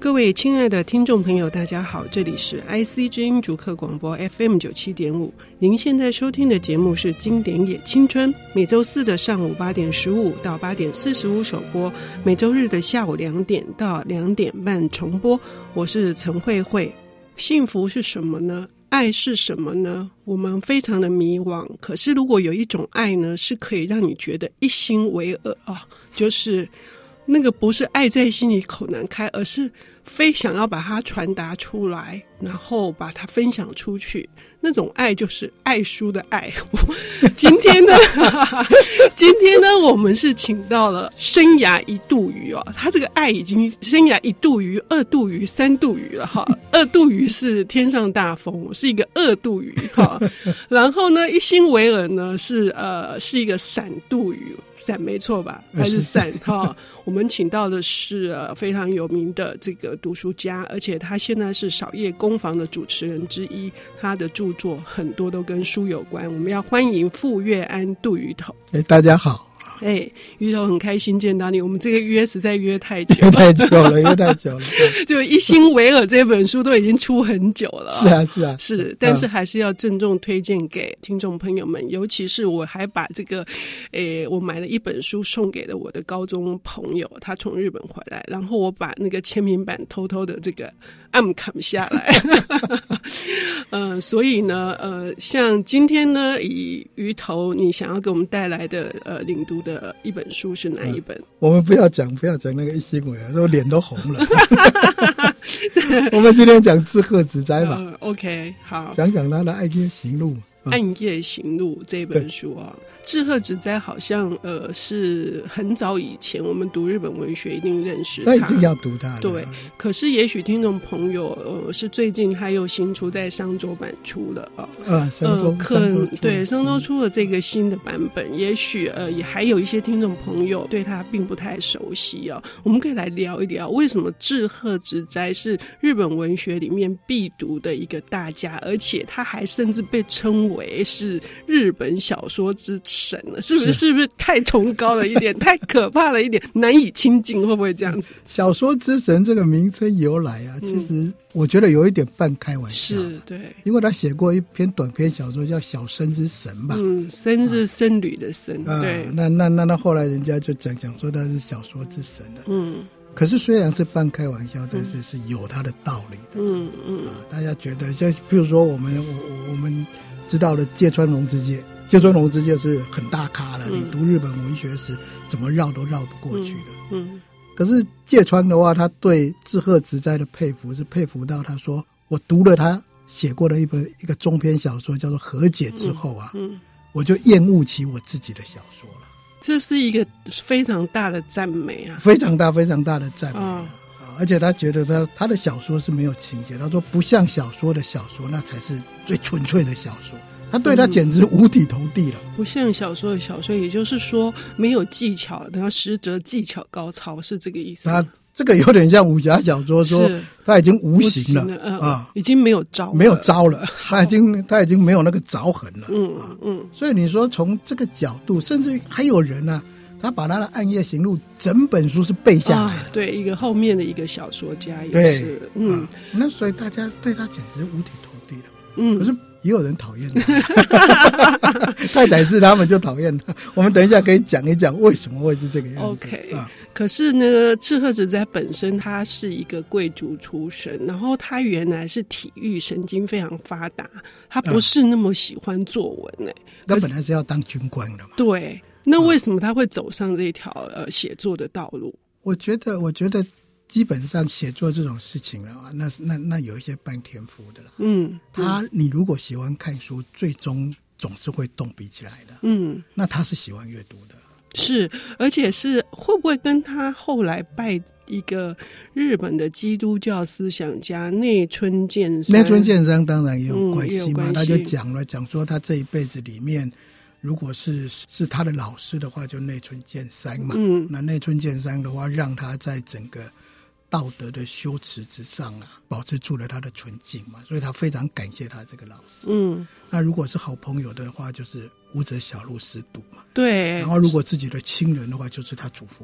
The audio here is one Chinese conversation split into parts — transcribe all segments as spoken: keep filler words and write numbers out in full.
各位亲爱的听众朋友大家好，这里是 I C 之音逐客广播 F M 九十七点五， 您现在收听的节目是经典也青春，每周四的上午八点十五到八点四十五首播，每周日的下午两点到两点半重播。我是陈慧慧。幸福是什么呢？爱是什么呢？我们非常的迷惘，可是如果有一种爱呢，是可以让你觉得一心为二啊，就是那个不是爱在心里口难开，而是非想要把它传达出来，然后把它分享出去，那种爱就是爱书的爱。今天呢今天呢我们是请到了生涯一度鱼哦，他这个爱已经生涯一度鱼、二度鱼、三度鱼了哈。二度鱼是天上大风，是一个二度鱼哈。然后呢一心为尔呢是呃是一个闪度鱼，闪没错吧？还是闪哈？我们请到的是呃非常有名的这个读书家，而且他现在是少业工坊的主持人之一，他的著作很多都跟书有关。我们要欢迎傅月安杜鱼头。 哎，大家好。 哎，鱼头很开心见到你，我们这个约实在约太久了， 约太久了，约太久了。 就一心为尔这本书都已经出很久了， 是啊，是啊， 是，但是还是要郑重推荐给听众朋友们，尤其是我还把这个，诶，我买了一本书送给了我的高中朋友，他从日本回来，然后我把那个签名版偷偷的这个暗砍下来，呃，所以呢，呃，像今天呢，以鱼头你想要给我们带来的呃领读的一本书是哪一本？嗯、 我们不要讲，不要讲那个一心为尔，我脸都红了。我们今天讲志贺直哉吧、 呃、OK 好， 讲讲他的《暗夜行路》。 暗夜行路这本书啊，志贺直哉好像呃是很早以前我们读日本文学一定认识他， 那一定要读他的。 对，可是也许听众朋友呃是最近他又新出在商周版出了啊， 呃，商周、呃、 可能对商周出了这个新的版本，也许呃也还有一些听众朋友对他并不太熟悉啊。我们可以来聊一聊为什么志贺直哉是日本文学里面必读的一个大家，而且他还甚至被称为为是日本小说之神了，是不是？是不是太崇高了一点，太可怕了一点，难以亲近？会不会这样子？ 小说之神这个名称由来啊，其实我觉得有一点半开玩笑， 是对， 因为他写过一篇短篇小说叫《小生之神》吧， 嗯，生是僧侣的僧， 啊、 对， 那那那那后来人家就讲讲说他是小说之神了， 嗯。 可是虽然是半开玩笑，但是是有他的道理的。 嗯嗯、啊， 大家觉得像比如说我们我我们知道的芥川龙之介，芥川龙之介是很大咖了、嗯，你读日本文学史怎么绕都绕不过去的。嗯，嗯可是芥川的话，他对志贺直哉的佩服是佩服到他说，我读了他写过的一本一个中篇小说叫做《和解》之后啊，嗯，嗯我就厌恶起我自己的小说了。 这是一个非常大的赞美啊， 非常大非常大的赞美、啊哦、而且他觉得他他的小说是没有情节，他说不像小说的小说那才是最纯粹的小说，他对他简直五体投地了、嗯、 不像小说的小说，也就是说没有技巧，然后实则技巧高超，是这个意思。 他这个有点像武侠小说，说他已经无形了， 了、嗯、啊，已经没有招了， 没有招了，他已经他已经没有那个凿痕了。 嗯嗯， 所以你说从这个角度，甚至还有人啊，他把他的《暗夜行路》整本书是背下来的、啊。 对，一个后面的一个小说家也是， 对嗯、 啊，那所以大家对他简直五体投地了。 嗯， 可是也有人讨厌他，太宰治他们就讨厌他。我们等一下可以讲一讲为什么会是这个样子。 OK，、 啊、 可是呢，志贺直哉本身他是一个贵族出身，然后他原来是体育神经非常发达，他不是那么喜欢作文哎、欸， 他、啊、本来是要当军官的嘛。 对，那为什么他会走上这条呃写作的道路？ 我觉得，我觉得。基本上写作这种事情的话，那那那有一些半天赋的了。嗯，他你如果喜欢看书，最终总是会动笔起来的。嗯，那他是喜欢阅读的。 是，而且是会不会跟他后来拜一个日本的基督教思想家内村健三？ 内村健三当然也有关系嘛、 嗯， 他就讲了讲说他这一辈子里面。如果是是他的老师的话，就内村健三嘛。嗯，那内村健三的话，让他在整个道德的修持之上啊，保持住了他的纯净嘛，所以他非常感谢他这个老师。嗯，那如果是好朋友的话，就是武者小路师笃嘛。 对。 然后如果自己的亲人的话，就是他祖父。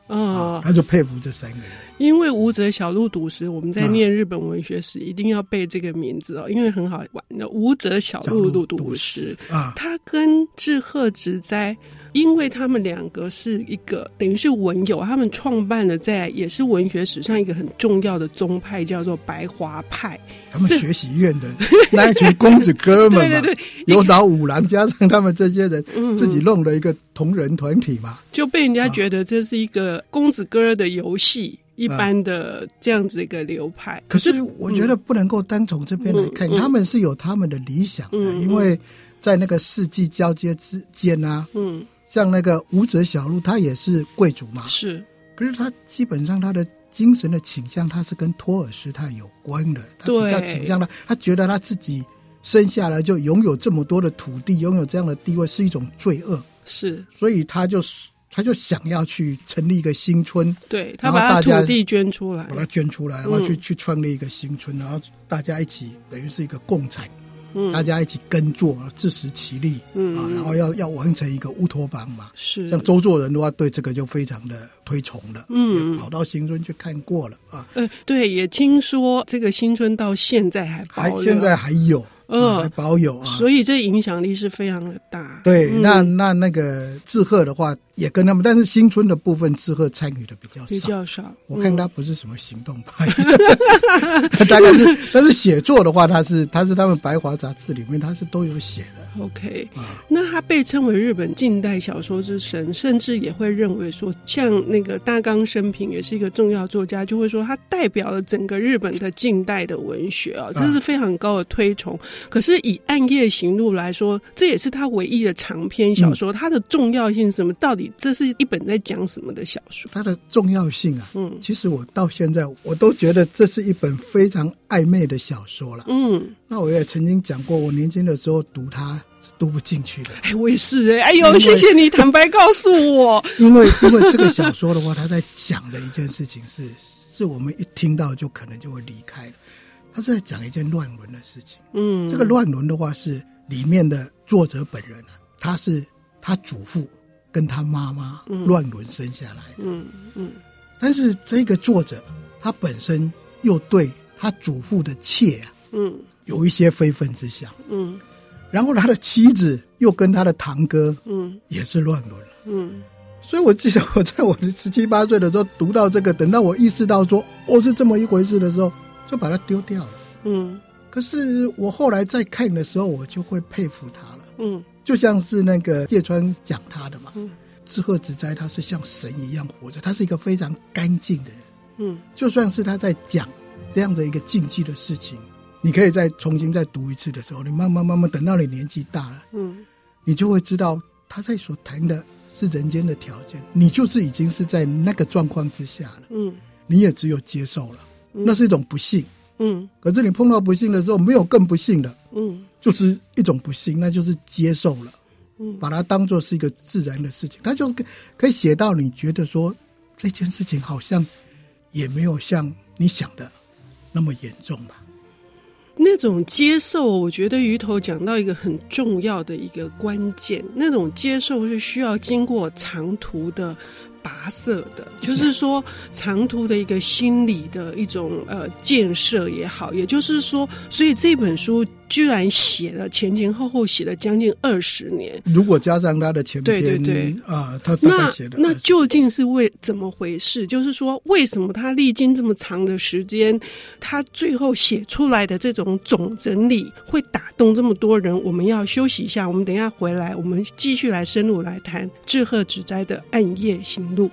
哦、 啊，他就佩服这三个人。 因为武者小路笃时，我们在念日本文学史、啊、一定要背这个名字哦，因为很好玩。武者小路笃时啊，他跟志贺直哉，因为他们两个是一个等于是文友，他们创办了在也是文学史上一个很重要的宗派，叫做白华派。 他们学习院的那一群公子哥们嘛，对对对，有岛五郎加上他们这些人自己弄了一个同人团体嘛， 就被人家觉得这是一个公子哥的游戏。一般的这样子一个流派、 啊、可是我觉得不能够单从这边来看、嗯、他们是有他们的理想的、嗯、因为在那个世纪交接之间啊，嗯，像那个武者小路他也是贵族嘛， 是， 可是他基本上他的精神的倾向他是跟托尔斯泰有关的，他比较倾向他他觉得他自己生下来就拥有这么多的土地，拥有这样的地位是一种罪恶， 是， 所以他就他就想要去成立一个新村， 对，他把他土地捐出来， 把它捐出来，然后去、嗯、去创立一个新村，然后大家一起等于是一个共产，嗯，大家一起耕作，自食其力，嗯啊，然后要要完成一个乌托邦嘛， 是， 像周作人的话，对这个就非常的推崇了，嗯，也跑到新村去看过了啊， 呃，对，也听说这个新村到现在还保留， 还现在还有。嗯，还保有啊， 所以这影响力是非常的大。 对，嗯、那那那个志贺的话也跟他们，但是新村的部分志贺参与的比较少， 比较少。 我看他不是什么行动派，嗯、大概是，但是写作的话，他是他是他们白华杂志里面他是都有写的。 OK，、嗯、那他被称为日本近代小说之神，甚至也会认为说，像那个大冈生平也是一个重要作家，就会说他代表了整个日本的近代的文学啊，这是非常高的推崇。可是以《暗夜行路》来说，这也是他唯一的长篇小说，嗯、它的重要性是什么？到底这是一本在讲什么的小说？ 它的重要性啊，嗯，其实我到现在我都觉得这是一本非常暧昧的小说了。嗯，那我也曾经讲过，我年轻的时候读它是读不进去的。 哎，我也是哎、欸，哎呦，谢谢你坦白告诉我。 因为因为这个小说的话，他在讲的一件事情是，是我们一听到就可能就会离开了。他是在讲一件乱伦的事情。嗯，这个乱伦的话是里面的作者本人啊，他是他祖父跟他妈妈乱伦生下来的。嗯嗯，但是这个作者他本身又对他祖父的妾啊，嗯，有一些非分之想。嗯，然后他的妻子又跟他的堂哥，嗯，也是乱伦了。嗯。所以我记得我在我的十七八岁的时候读到这个，等到我意识到说哦是这么一回事的时候，就把它丢掉了。嗯，可是我后来再看的时候，我就会佩服他了。嗯，就像是那个芥川讲他的嘛，嗯，志贺直哉他是像神一样活着，他是一个非常干净的人。嗯，就算是他在讲这样的一个禁忌的事情，你可以再重新再读一次的时候，你慢慢慢慢等到你年纪大了，嗯，你就会知道他在所谈的是人间的条件，你就是已经是在那个状况之下了。嗯，你也只有接受了，嗯，那是一种不幸。嗯，可是你碰到不幸的时候，没有更不幸的，嗯，就是一种不幸，那就是接受了，嗯，把它当作是一个自然的事情，它就可以写到你觉得说这件事情好像也没有像你想的那么严重吧。 那种接受，我觉得鱼头讲到一个很重要的一个关键，那种接受是需要经过长途的跋涉的，就是说长途的一个心理的一种呃建设也好，也就是说，所以这本书居然写了前前后后写了将近二十年， 如果加上他的前篇，对对对啊，他大概写了那那究竟是为怎么回事？就是说，为什么他历经这么长的时间，他最后写出来的这种总整理会打动这么多人？我们要休息一下，我们等一下回来，我们继续来深入来谈志贺直哉的《暗夜行路》。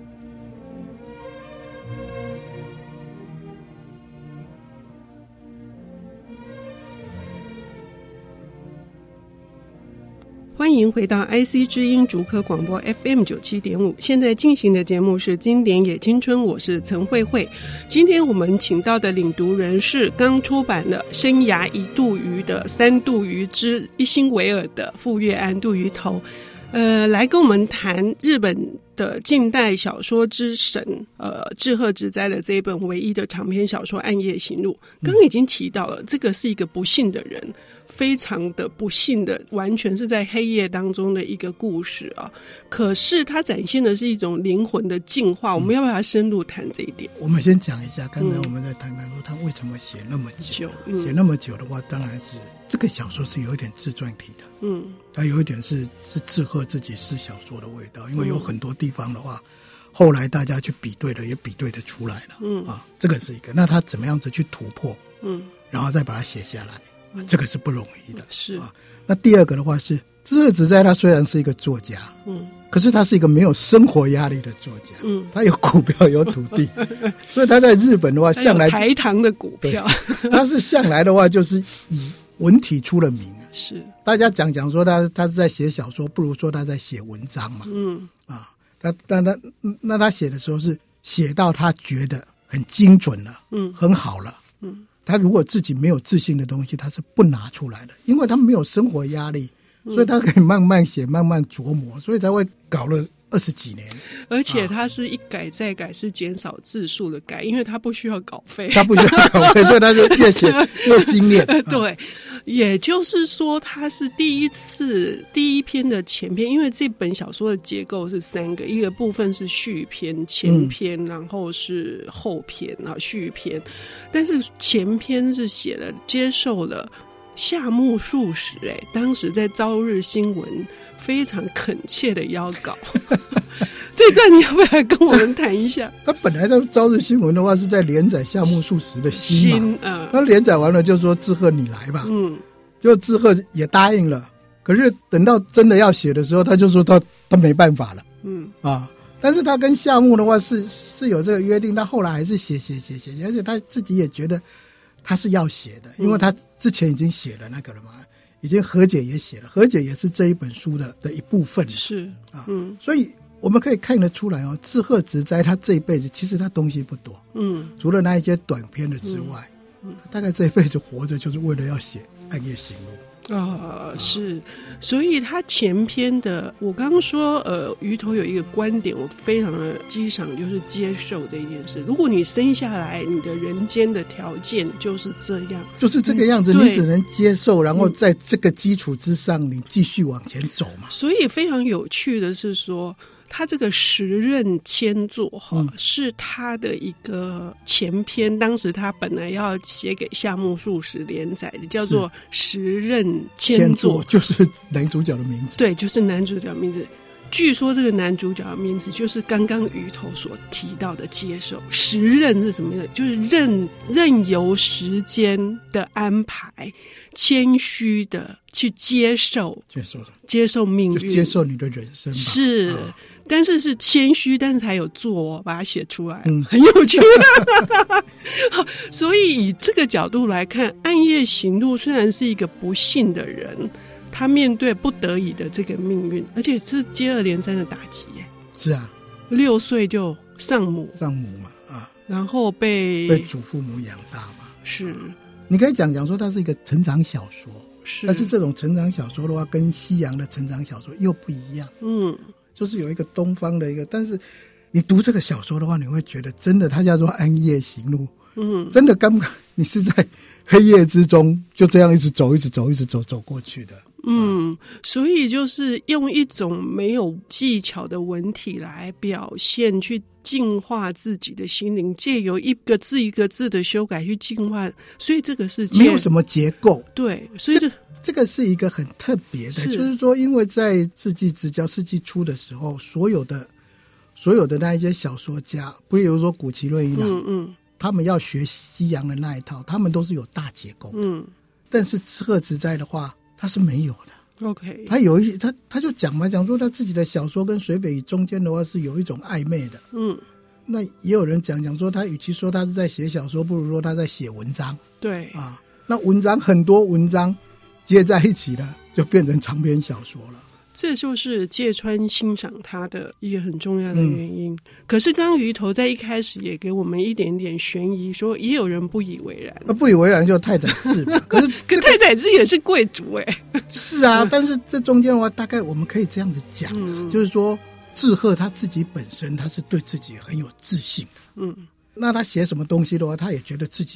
欢迎回到 I C 之音竹科广播 F M 九七点五，现在进行的节目是经典也青春，我是陈慧慧。今天我们请到的领读人是刚出版了《生涯一度鱼》的三度鱼之一心为尔的傅月安杜鱼头，呃，来跟我们谈日本的近代小说之神，呃，志贺直哉的这一本唯一的长篇小说《暗夜行路》。刚刚已经提到了，这个是一个不幸的人， 非常的不幸的，完全是在黑夜当中的一个故事啊。可是它展现的是一种灵魂的进化，我们要不要深入谈这一点？ 我们先讲一下，刚才我们在谈谈说他为什么写那么久，嗯、写那么久的话，当然是这个小说是有一点自传体的，嗯，它有一点是是志贺自己是小说的味道，因为有很多地方的话。嗯，后来大家去比对了，也比对得出来了，嗯啊，这个是一个。那他怎么样子去突破，嗯，然后再把它写下来，嗯、这个是不容易的，是啊。那第二个的话是志贺直哉，他虽然是一个作家，嗯，可是他是一个没有生活压力的作家，嗯，他有股票有土地，所以他在日本的话向来台糖的股票， 他是向来的话就是以文体出了名， 是大家讲讲说他他是在写小说，不如说他在写文章嘛，嗯啊。那那那那他写的时候是写到他觉得很精准了，嗯，很好了，嗯，他如果自己没有自信的东西，他是不拿出来的，因为他没有生活压力，所以他可以慢慢写，慢慢琢磨，所以才会搞了二十几年。 而且他是一改再改，是减少字数的改，因为他不需要稿费， 他不需要稿费，所以他就越写越精炼。 对。也就是说他是第一次第一篇的前篇，因为这本小说的结构是三个，一个部分是序篇前篇、嗯、然后是后篇然后序篇，但是前篇是写了接受了夏目漱石哎，当时在朝日新闻非常恳切的邀稿这段你要不要来跟我们谈一下？ 他本来在朝日新闻的话是在连载夏目漱石的心嘛， 嗯， 他连载完了就说志贺你来吧，嗯，就志贺也答应了，可是等到真的要写的时候，他就说他他没办法了，嗯啊，但是他跟夏目的话是是有这个约定，他后来还是写写写写，而且他自己也觉得他是要写的，因为他之前已经写了那个了嘛，已经和解也写了，和解也是这一本书的的一部分， 是啊，嗯，所以。我们可以看得出来哦，志贺直哉他这一辈子其实他东西不多，嗯，除了那一些短篇的之外，嗯，他大概这一辈子活着就是为了要写《暗夜行路》 啊、呃，是，所以他前篇的，我刚刚说，呃，鱼头有一个观点，我非常的激赏，就是接受这件事。如果你生下来，你的人间的条件就是这样， 就是这个样子，嗯、你只能接受，然后在这个基础之上，你继续往前走嘛。 所以非常有趣的是说。他这个时任千作哈、嗯，是他的一个前篇，当时他本来要写给夏目漱石连载的，叫做《时任千作》， 就是男主角的名字。 对，就是男主角的名字。据说这个男主角的名字就是刚刚鱼头所提到的接受。时任是什么呢？就是任任由时间的安排，谦虚的去接受， 接受接受命运， 就接受你的人生吧。 是。啊，但是是谦虚，但是还有做、哦、把它写出来、嗯、很有趣所以以这个角度来看，暗夜行路虽然是一个不幸的人，他面对不得已的这个命运，而且是接二连三的打击耶。 是啊， 六岁就丧母丧母嘛，啊， 然后被被祖父母养大嘛。 是、啊、 你可以讲讲说它是一个成长小说， 是， 但是这种成长小说的话跟西洋的成长小说又不一样，嗯，就是有一个东方的一个，但是你读这个小说的话，你会觉得真的它叫做暗夜行路，嗯，真的刚刚你是在黑夜之中就这样一直走一直走一直走走过去的。 嗯，所以就是用一种没有技巧的文体来表现，去净化自己的心灵，借由一个字一个字的修改去净化，所以这个是没有什么结构。 对，所以这这个是一个很特别的，是就是说因为在世纪之交世纪初的时候，所有的所有的那一些小说家，比如说谷崎润一郎，嗯嗯，他们要学西洋的那一套，他们都是有大结构的，嗯，但是志贺直哉的话他是没有的。 OK， 他有一他他就讲嘛，讲说他自己的小说跟水北中间的话是有一种暧昧的，嗯，那也有人讲讲说他与其说他是在写小说，不如说他在写文章， 对啊，那文章很多文章接在一起了，就变成长篇小说了。 这就是芥川欣赏他的一个很重要的原因、嗯、可是刚刚鱼头在一开始也给我们一点点悬疑，说也有人不以为然， 那不以为然就太宰治嘛可是、这个、 可太宰治也是贵族哎、 欸，是啊，但是这中间的话大概我们可以这样子讲、啊嗯、就是说志贺他自己本身他是对自己很有自信的，嗯，那他写什么东西的话他也觉得自己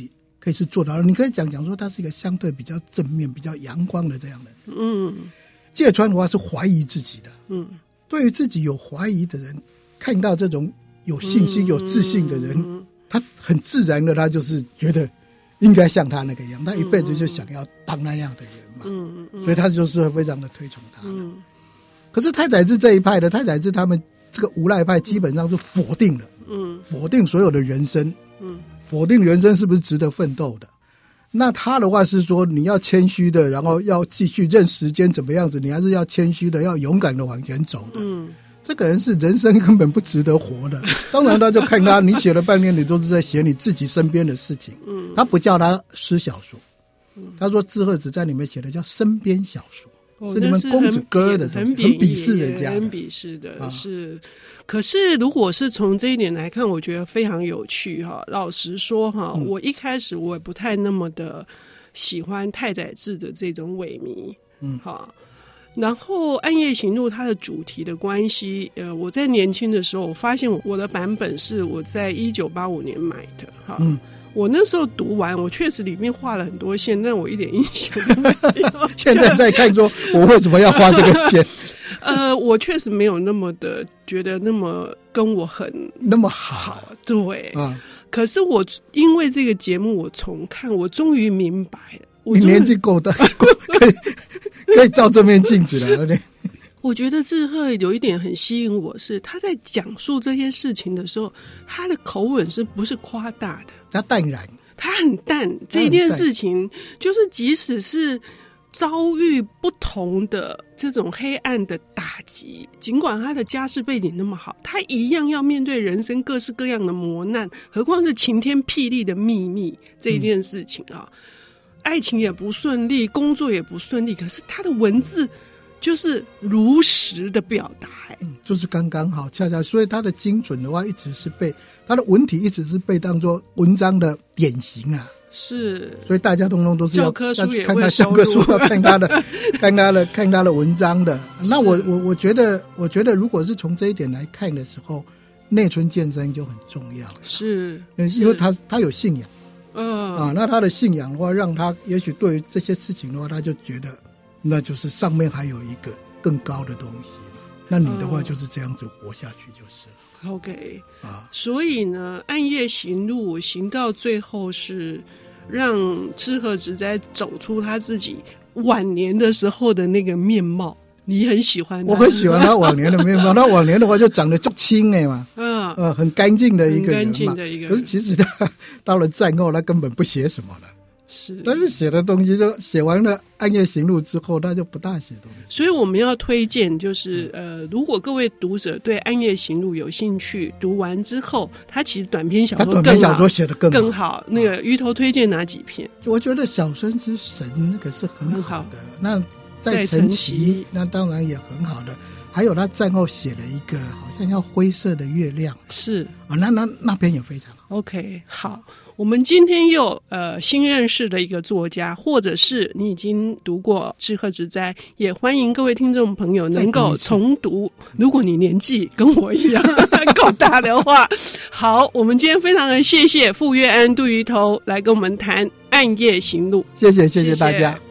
可以是做到，你可以讲讲说他是一个相对比较正面比较阳光的这样的人。嗯，芥川的话是怀疑自己的，嗯，对于自己有怀疑的人，看到这种有信心、嗯、有自信的人、嗯、他很自然的他就是觉得应该像他那个样，他一辈子就想要当那样的人嘛，嗯嗯，所以他就是非常的推崇他的、嗯、可是太宰治这一派的太宰治他们这个无赖派基本上是否定了，嗯，否定所有的人生，嗯，否定人生是不是值得奋斗的。那他的话是说你要谦虚的，然后要继续任时间怎么样子，你还是要谦虚的，要勇敢的往前走的。嗯，这个人是人生根本不值得活的。当然他就看他你写了半天你都是在写你自己身边的事情。嗯，他不叫他诗小说，他说志贺直在里面写的叫身边小说。哦、是你们公子哥的东西，很鄙视人家的， 很鄙视的、啊、是。可是如果是从这一点来看，我觉得非常有趣哈。老实说哈、嗯，我一开始我也不太那么的喜欢太宰治的这种萎靡，嗯，好。然后《暗夜行路》它的主题的关系，呃，我在年轻的时候，我发现我的版本是我在一九八五年买的，哈。嗯，我那时候读完，我确实里面画了很多线，但我一点印象都没有。现在再看说，我为什么要画这个线？ 呃，我确实没有那么的觉得那么跟我很那么好， 对啊。可是我因为这个节目，我重看，我终于明白了。 你年纪够大，可以可以照这面镜子了，对不对？ 我觉得志贺有一点很吸引我是，他在讲述这些事情的时候，他的口吻是不是夸大的？ 他淡然， 他很淡。这件事情就是即使是遭遇不同的这种黑暗的打击，尽管他的家世背景那么好，他一样要面对人生各式各样的磨难，何况是晴天霹雳的秘密这一件事情啊、嗯！爱情也不顺利，工作也不顺利，可是他的文字就是如实的表达、欸嗯，就是刚刚好，恰恰，所以他的精准的话，一直是被他的文体一直是被当作文章的典型啊。 是， 所以大家通通都是要教科书也看他教科书，要看他的看他的看他的文章的。那我我我觉得，我觉得如果是从这一点来看的时候，内村健三就很重要。 是， 因为他他有信仰， 嗯啊，那他的信仰的话，让他也许对于这些事情的话，他就觉得那就是上面还有一个更高的东西嘛。那你的话就是这样子活下去就是了。 OK 啊，所以呢，暗夜行路行到最后是让志贺直在走出他自己晚年的时候的那个面貌。你很喜欢他？ 我很喜欢他晚年的面貌。他晚年的话就长得足青哎嘛，嗯呃，很干净的一个人嘛，很干净的一个人。可是其实他到了战后，他根本不写什么了。 是， 但是写的东西就写完了《暗夜行路》之后，他就不大写东西。 所以我们要推荐，就是呃，如果各位读者对《暗夜行路》有兴趣，读完之后，他其实短篇小说更好， 他短篇小说写的更好更好。那个鱼头推荐哪几篇？ 我觉得《小生之神》那个是很好的。那在陈奇，那当然也很好的。还有他战后写了一个好像叫灰色的月亮， 是啊，那那那篇也非常好。 OK， 好，我们今天又呃新认识的一个作家，或者是你已经读过志贺直哉，也欢迎各位听众朋友能够重读。如果你年纪跟我一样够大的话，好，我们今天非常的谢谢傅月安杜鱼头来跟我们谈《暗夜行路》， 谢谢谢谢大家。谢谢。